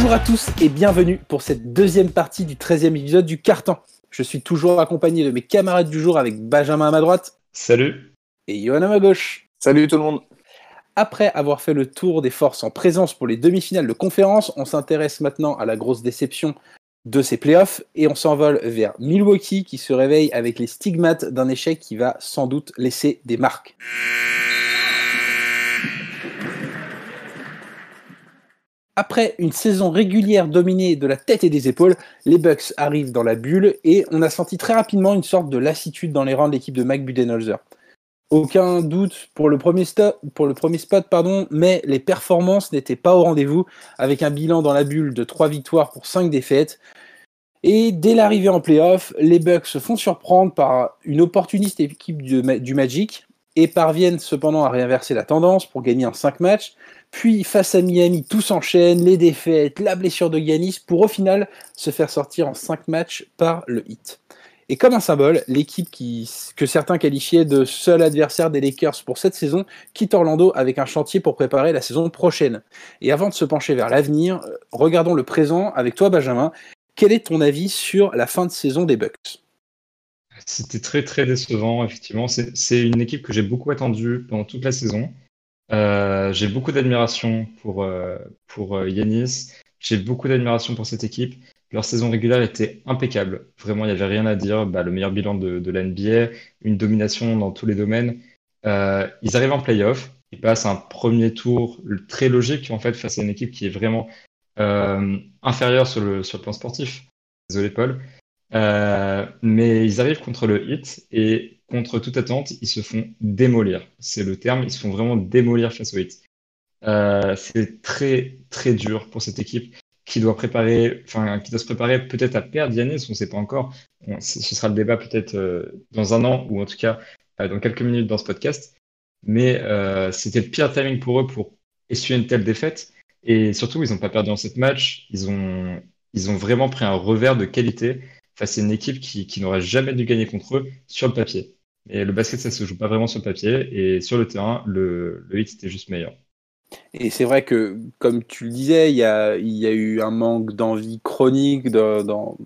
Bonjour à tous et bienvenue pour cette deuxième partie du 13e épisode du Carton. Je suis toujours accompagné de mes camarades du jour avec Benjamin à ma droite. Salut. Et Johan à ma gauche. Salut tout le monde. Après avoir fait le tour des forces en présence pour les demi-finales de conférence, on s'intéresse maintenant à la grosse déception de ces playoffs et on s'envole vers Milwaukee qui se réveille avec les stigmates d'un échec qui va sans doute laisser des marques. Après une saison régulière dominée de la tête et des épaules, les Bucks arrivent dans la bulle et on a senti très rapidement une sorte de lassitude dans les rangs de l'équipe de Mike Budenholzer. Aucun doute pour le premier spot, mais les performances n'étaient pas au rendez-vous avec un bilan dans la bulle de 3 victoires pour 5 défaites. Et dès l'arrivée en play-off, les Bucks se font surprendre par une opportuniste équipe du Magic et parviennent cependant à réinverser la tendance pour gagner en 5 matchs. Puis face à Miami, tout s'enchaîne, les défaites, la blessure de Giannis, pour au final se faire sortir en 5 matchs par le Heat. Et comme un symbole, l'équipe que certains qualifiaient de seul adversaire des Lakers pour cette saison quitte Orlando avec un chantier pour préparer la saison prochaine. Et avant de se pencher vers l'avenir, regardons le présent avec toi Benjamin. Quel est ton avis sur la fin de saison des Bucks ? C'était très très décevant, effectivement. C'est une équipe que j'ai beaucoup attendue pendant toute la saison. J'ai beaucoup d'admiration pour Giannis. J'ai beaucoup d'admiration pour cette équipe. Leur saison régulière était impeccable. Vraiment, il n'y avait rien à dire. Le meilleur bilan de la NBA, une domination dans tous les domaines. Ils arrivent en play-off. Ils passent un premier tour très logique en fait face à une équipe qui est vraiment inférieure sur le plan sportif. Désolé Paul. Mais ils arrivent contre le Heat et contre toute attente, ils se font démolir. C'est le terme, ils se font vraiment démolir face au Heat. C'est très très dur pour cette équipe qui doit se préparer peut-être à perdre Giannis, on ne sait pas encore. Ce sera le débat peut-être dans un an ou en tout cas dans quelques minutes dans ce podcast. Mais c'était le pire timing pour eux pour essuyer une telle défaite. Et surtout, ils n'ont pas perdu en 7 matchs. Ils ont vraiment pris un revers de qualité face à une équipe qui n'aurait jamais dû gagner contre eux sur le papier. Et le basket, ça se joue pas vraiment sur le papier. Et sur le terrain, le Heat était juste meilleur. Et c'est vrai que, comme tu le disais, il y a eu un manque d'envie chronique dans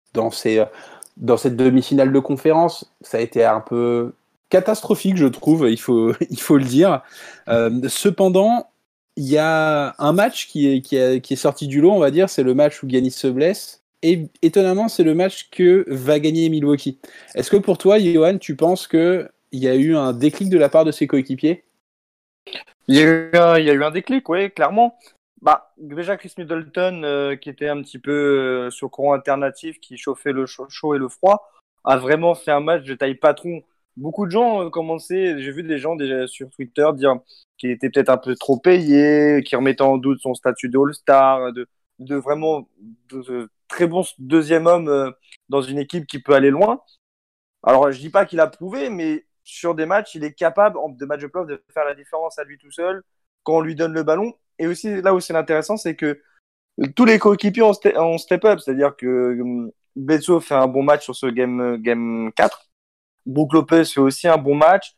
cette demi-finale de conférence. Ça a été un peu catastrophique, je trouve, il faut le dire. Cependant, il y a un match qui est sorti du lot, on va dire, c'est le match où Giannis se blesse. Et étonnamment, c'est le match que va gagner Milwaukee. Est-ce que pour toi, Johan, tu penses qu'il y a eu un déclic de la part de ses coéquipiers ? Il y a eu un déclic, oui, clairement. Déjà, Chris Middleton, qui était un petit peu sur courant alternatif, qui chauffait le chaud et le froid, a vraiment fait un match de taille patron. Beaucoup de gens commençaient, j'ai vu des gens déjà sur Twitter dire qu'il était peut-être un peu trop payé, qui remettait en doute son statut de All-Star, de vraiment de très bon deuxième homme dans une équipe qui peut aller loin. Alors, je dis pas qu'il a prouvé, mais sur des matchs, il est capable, de matchs de playoff, de faire la différence à lui tout seul quand on lui donne le ballon. Et aussi, là où c'est intéressant, c'est que tous les coéquipiers ont step up. C'est-à-dire que Bledsoe fait un bon match sur ce game 4. Brook Lopez fait aussi un bon match.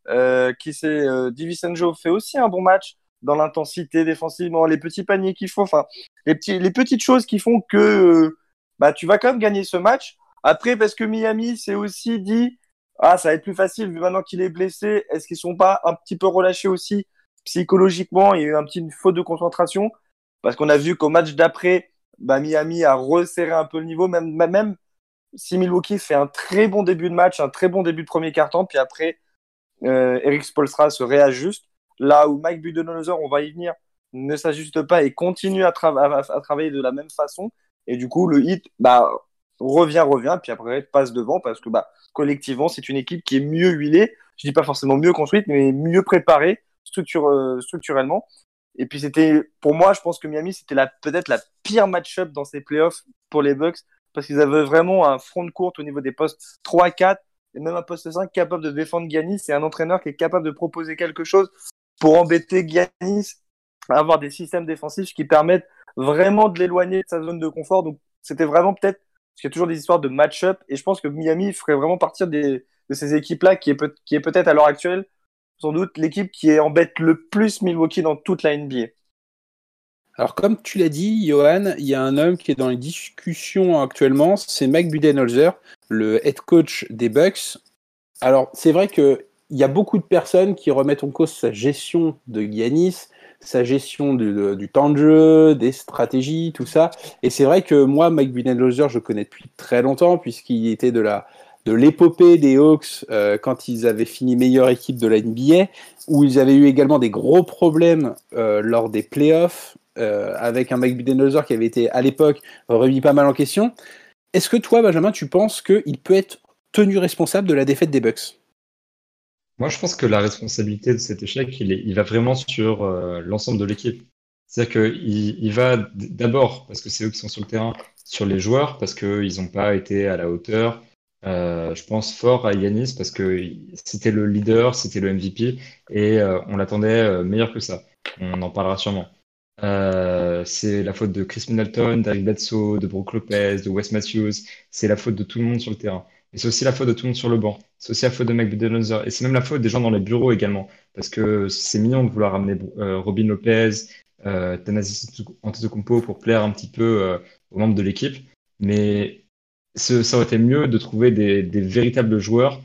DiVincenzo fait aussi un bon match dans l'intensité défensivement, les petits paniers qu'il faut. Enfin, les petites choses qui font que tu vas quand même gagner ce match. Après, parce que Miami s'est aussi dit ça va être plus facile vu maintenant qu'il est blessé. Est-ce qu'ils sont pas un petit peu relâchés aussi psychologiquement? Il y a eu un petit faute de concentration parce qu'on a vu qu'au match d'après, Miami a resserré un peu le niveau, même si Milwaukee fait un très bon début de match, un très bon début de premier quart-temps, puis après Eric Spoelstra se réajuste. Là où Mike Budenholzer, on va y venir, ne s'ajuste pas et continue à travailler de la même façon. Et du coup, le Heat revient, puis après passe devant parce que collectivement, c'est une équipe qui est mieux huilée. Je dis pas forcément mieux construite, mais mieux préparée structurellement. Et puis pour moi, je pense que Miami, c'était peut-être la pire match-up dans ces playoffs pour les Bucks parce qu'ils avaient vraiment un front de courte au niveau des postes 3-4 et même un poste 5 capable de défendre Giannis et un entraîneur qui est capable de proposer quelque chose pour embêter Giannis, avoir des systèmes défensifs qui permettent vraiment de l'éloigner de sa zone de confort. Donc, c'était vraiment peut-être, parce qu'il y a toujours des histoires de match-up, et je pense que Miami ferait vraiment partir de ces équipes-là, qui est peut-être à l'heure actuelle, sans doute, l'équipe qui embête le plus Milwaukee dans toute la NBA. Alors, comme tu l'as dit, Johan, il y a un homme qui est dans les discussions actuellement, c'est Mike Budenholzer, le head coach des Bucks. Alors, c'est vrai qu'il y a beaucoup de personnes qui remettent en cause sa gestion de Giannis, sa gestion du temps de jeu, des stratégies, tout ça. Et c'est vrai que moi, Mike Budenholzer, je le connais depuis très longtemps, puisqu'il était de l'épopée des Hawks quand ils avaient fini meilleure équipe de la NBA, où ils avaient eu également des gros problèmes lors des playoffs, avec un Mike Budenholzer qui avait été, à l'époque, remis pas mal en question. Est-ce que toi, Benjamin, tu penses qu'il peut être tenu responsable de la défaite des Bucks? Moi, je pense que la responsabilité de cet échec, il va vraiment sur l'ensemble de l'équipe. C'est-à-dire qu'il va d'abord, parce que c'est eux qui sont sur le terrain, sur les joueurs, parce qu'ils n'ont pas été à la hauteur. Je pense fort à Yanis, parce que c'était le leader, c'était le MVP, et on l'attendait meilleur que ça. On en parlera sûrement. C'est la faute de Chris Middleton, d'Eric Bledsoe, de Brook Lopez, de Wes Matthews. C'est la faute de tout le monde sur le terrain. Et c'est aussi la faute de tout le monde sur le banc. C'est aussi la faute de Mike Budenholzer. Et c'est même la faute des gens dans les bureaux également. Parce que c'est mignon de vouloir ramener Robin Lopez, Thanasis Antetokounmpo pour plaire un petit peu aux membres de l'équipe. Mais ça aurait été mieux de trouver des véritables joueurs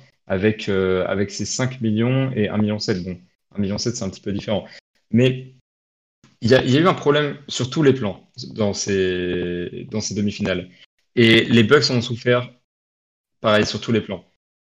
avec ces 5 millions et 1,7 million. Bon, 1,7 million, c'est un petit peu différent. Mais il y a eu un problème sur tous les plans dans ces demi-finales. Et les Bucks en ont souffert, pareil, sur tous les plans.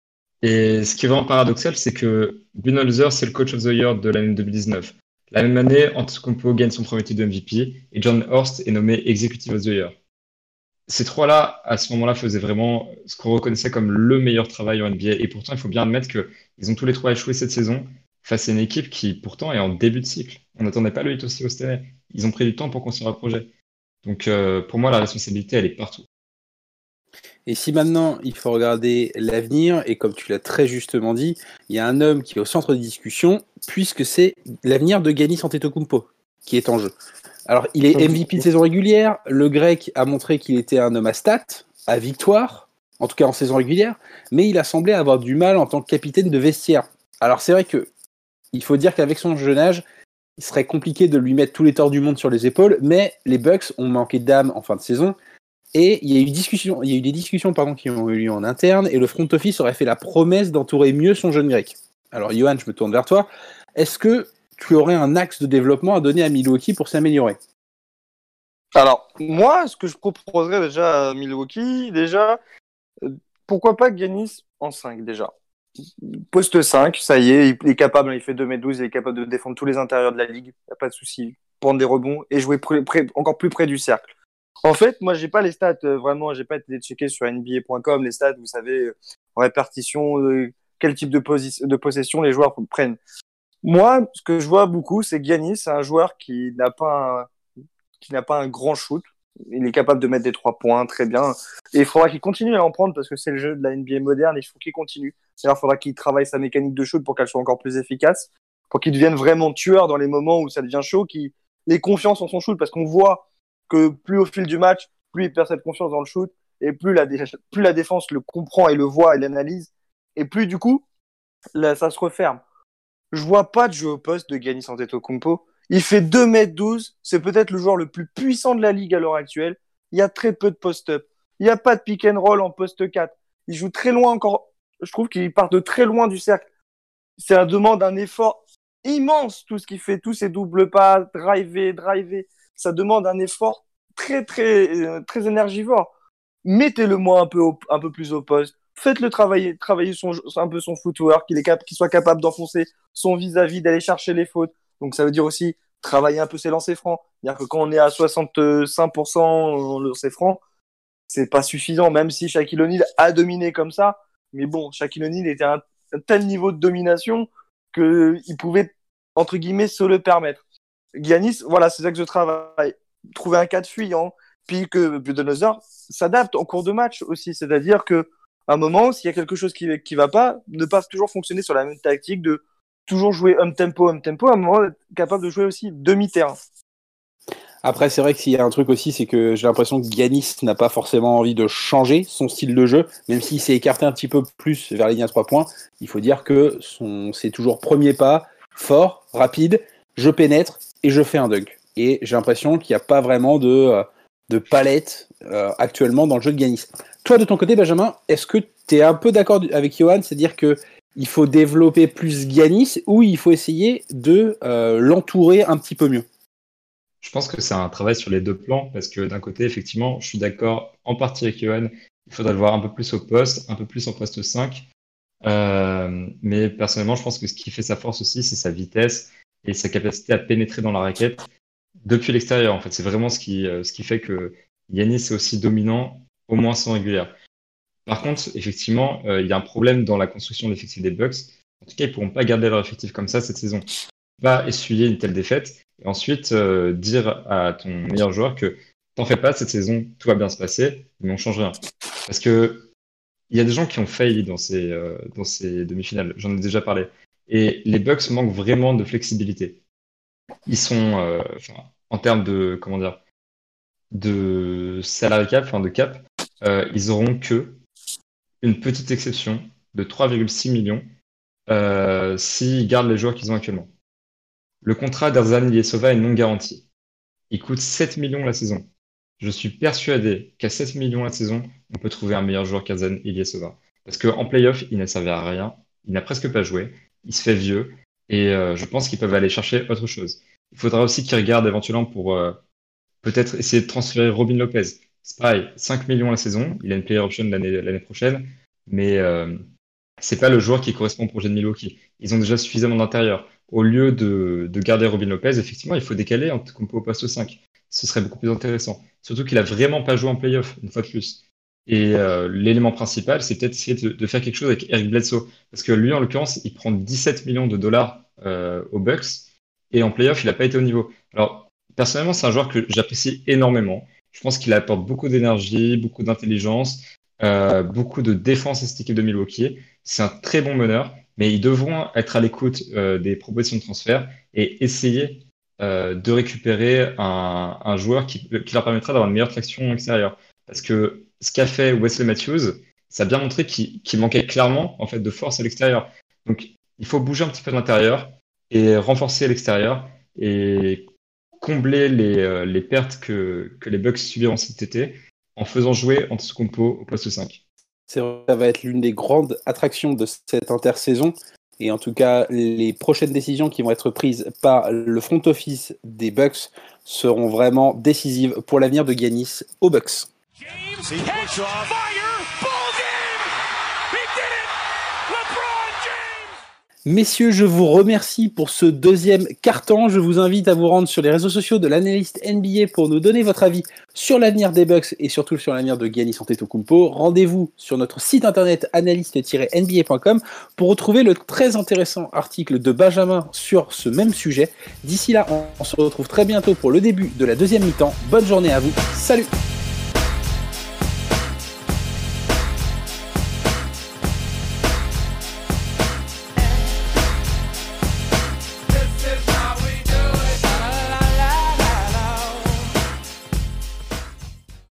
Et ce qui est vraiment paradoxal, c'est que Budenholzer, c'est le coach of the year de l'année 2019. La même année, Antetokounmpo gagne son premier titre de MVP et John Horst est nommé executive of the year. Ces trois-là, à ce moment-là, faisaient vraiment ce qu'on reconnaissait comme le meilleur travail en NBA. Et pourtant, il faut bien admettre qu'ils ont tous les trois échoué cette saison face à une équipe qui, pourtant, est en début de cycle. On n'attendait pas le hit aussi au Stanley. Ils ont pris du temps pour construire un projet. Donc, pour moi, la responsabilité, elle est partout. Et si maintenant il faut regarder l'avenir, et comme tu l'as très justement dit, il y a un homme qui est au centre de discussion, puisque c'est l'avenir de Giannis Antetokounmpo qui est en jeu. Alors, il est MVP de saison régulière, le grec a montré qu'il était un homme à stats, à victoire, en tout cas en saison régulière, mais il a semblé avoir du mal en tant que capitaine de vestiaire. Alors c'est vrai que il faut dire qu'avec son jeune âge, il serait compliqué de lui mettre tous les torts du monde sur les épaules, mais les Bucks ont manqué d'âme en fin de saison. Et il y a eu des discussions qui ont eu lieu en interne, et le front office aurait fait la promesse d'entourer mieux son jeune grec. Alors, Johan, je me tourne vers toi. Est-ce que tu aurais un axe de développement à donner à Milwaukee pour s'améliorer? Alors, moi, ce que je proposerais déjà à Milwaukee, pourquoi pas Giannis en 5 déjà. Poste 5, ça y est, il est capable, il fait 2m12, il est capable de défendre tous les intérieurs de la ligue, il n'y a pas de souci, prendre des rebonds et jouer encore plus près du cercle. En fait, moi, j'ai pas les stats, vraiment, j'ai pas été checké sur NBA.com, les stats, vous savez, en répartition, quel type de possession les joueurs prennent. Moi, ce que je vois beaucoup, c'est que Giannis, c'est un joueur qui n'a pas un grand shoot. Il est capable de mettre des 3 points très bien. Et il faudra qu'il continue à en prendre parce que c'est le jeu de la NBA moderne et il faut qu'il continue. C'est-à-dire qu'il faudra qu'il travaille sa mécanique de shoot pour qu'elle soit encore plus efficace, pour qu'il devienne vraiment tueur dans les moments où ça devient chaud, qu'il ait confiance en son shoot parce qu'on voit que plus au fil du match, plus il perd cette confiance dans le shoot et plus la défense le comprend et le voit et l'analyse et plus du coup, là, ça se referme. Je vois pas de jeu au poste de Giannis Antetokounmpo. Il fait 2m12, c'est peut-être le joueur le plus puissant de la ligue à l'heure actuelle. Il y a très peu de post-up. Il n'y a pas de pick and roll en post 4. Il joue très loin encore. Je trouve qu'il part de très loin du cercle. Ça demande un effort immense, tout ce qu'il fait, tous ces doubles pas, driver. Ça demande un effort très, très, très énergivore. Mettez-le moi un peu plus au poste. Faites-le travailler un peu son footwork, qu'il soit capable d'enfoncer son vis-à-vis, d'aller chercher les fautes. Donc ça veut dire aussi travailler un peu ses lancers francs. C'est-à-dire que quand on est à 65% en lancers francs, c'est pas suffisant, même si Shaquille O'Neal a dominé comme ça. Mais bon, Shaquille O'Neal était à un tel niveau de domination qu'il pouvait, entre guillemets, se le permettre. Giannis, voilà, c'est ça que je travaille. Trouver un cas de fuyant, puis que Budenholzer s'adapte en cours de match aussi. C'est-à-dire que à un moment, s'il y a quelque chose qui va pas, ne pas toujours fonctionner sur la même tactique de toujours jouer up-tempo, à un moment, être capable de jouer aussi demi-terrain. Après, c'est vrai que s'il y a un truc aussi, c'est que j'ai l'impression que Giannis n'a pas forcément envie de changer son style de jeu, même s'il s'est écarté un petit peu plus vers les lignes à 3 points. Il faut dire que c'est toujours premier pas, fort, rapide, je pénètre et je fais un dunk. et j'ai l'impression qu'il n'y a pas vraiment de palette actuellement dans le jeu de Giannis. Toi, de ton côté, Benjamin, est-ce que tu es un peu d'accord avec Johan, c'est-à-dire qu'il faut développer plus Giannis ou il faut essayer de l'entourer un petit peu mieux? Je pense que c'est un travail sur les deux plans, parce que d'un côté, effectivement, je suis d'accord en partie avec Johan, il faudrait le voir un peu plus au poste, un peu plus en poste 5. Mais personnellement, je pense que ce qui fait sa force aussi, c'est sa vitesse et sa capacité à pénétrer dans la raquette depuis l'extérieur. En fait, c'est vraiment ce qui fait que Giannis est aussi dominant, au moins sans régulière. Par contre, effectivement, il y a un problème dans la construction de l'effectif des Bucks. En tout cas, ils ne pourront pas garder leur effectif comme ça cette saison. Pas essuyer une telle défaite et ensuite dire à ton meilleur joueur que t'en fais pas, cette saison, tout va bien se passer, mais on change rien. Parce que il y a des gens qui ont failli dans ces demi-finales, j'en ai déjà parlé. Et les Bucks manquent vraiment de flexibilité. Ils sont, en termes de, comment dire, de salary cap, enfin de cap, ils auront que une petite exception de 3,6 millions s'ils gardent les joueurs qu'ils ont actuellement. Le contrat d'Erzan Ilyasova est non garanti. Il coûte 7 millions la saison. Je suis persuadé qu'à 7 millions la saison, on peut trouver un meilleur joueur qu'Erzan Ilyasova. Parce qu'en playoff, il n'a servi à rien. Il n'a presque pas joué. Il se fait vieux. Et je pense qu'ils peuvent aller chercher autre chose. Il faudra aussi qu'ils regardent éventuellement pour peut-être essayer de transférer Robin Lopez. C'est pareil, 5 millions la saison. Il a une player option l'année prochaine. Mais c'est pas le joueur qui correspond au projet de Milwaukee. Ils ont déjà suffisamment d'intérieur. Au lieu de garder Robin Lopez, effectivement, il faut décaler Antetokounmpo au poste 5. Ce serait beaucoup plus intéressant. Surtout qu'il a vraiment pas joué en playoff, une fois de plus. Et l'élément principal, c'est peut-être essayer de faire quelque chose avec Eric Bledsoe. Parce que lui, en l'occurrence, il prend 17 millions de dollars aux Bucks. Et en playoff, il n'a pas été au niveau. Alors, personnellement, c'est un joueur que j'apprécie énormément. Je pense qu'il apporte beaucoup d'énergie, beaucoup d'intelligence, beaucoup de défense à cette équipe de Milwaukee. C'est un très bon meneur, mais ils devront être à l'écoute des propositions de transfert et essayer de récupérer un joueur qui leur permettra d'avoir une meilleure traction extérieure. Parce que ce qu'a fait Wesley Matthews, ça a bien montré qu'il manquait clairement en fait, de force à l'extérieur. Donc il faut bouger un petit peu de l'intérieur et renforcer l'extérieur et combler les pertes que les Bucks subiront cet été en faisant jouer Antetokounmpo au poste 5. C'est vrai, ça va être l'une des grandes attractions de cette intersaison. Et en tout cas, les prochaines décisions qui vont être prises par le front office des Bucks seront vraiment décisives pour l'avenir de Giannis aux Bucks. Messieurs, je vous remercie pour ce deuxième quart-temps. Je vous invite à vous rendre sur les réseaux sociaux de l'analyste NBA pour nous donner votre avis sur l'avenir des Bucks et surtout sur l'avenir de Giannis Antetokounmpo. Rendez-vous sur notre site internet analyste-nba.com pour retrouver le très intéressant article de Benjamin sur ce même sujet. D'ici là, on se retrouve très bientôt pour le début de la deuxième mi-temps. Bonne journée à vous. Salut!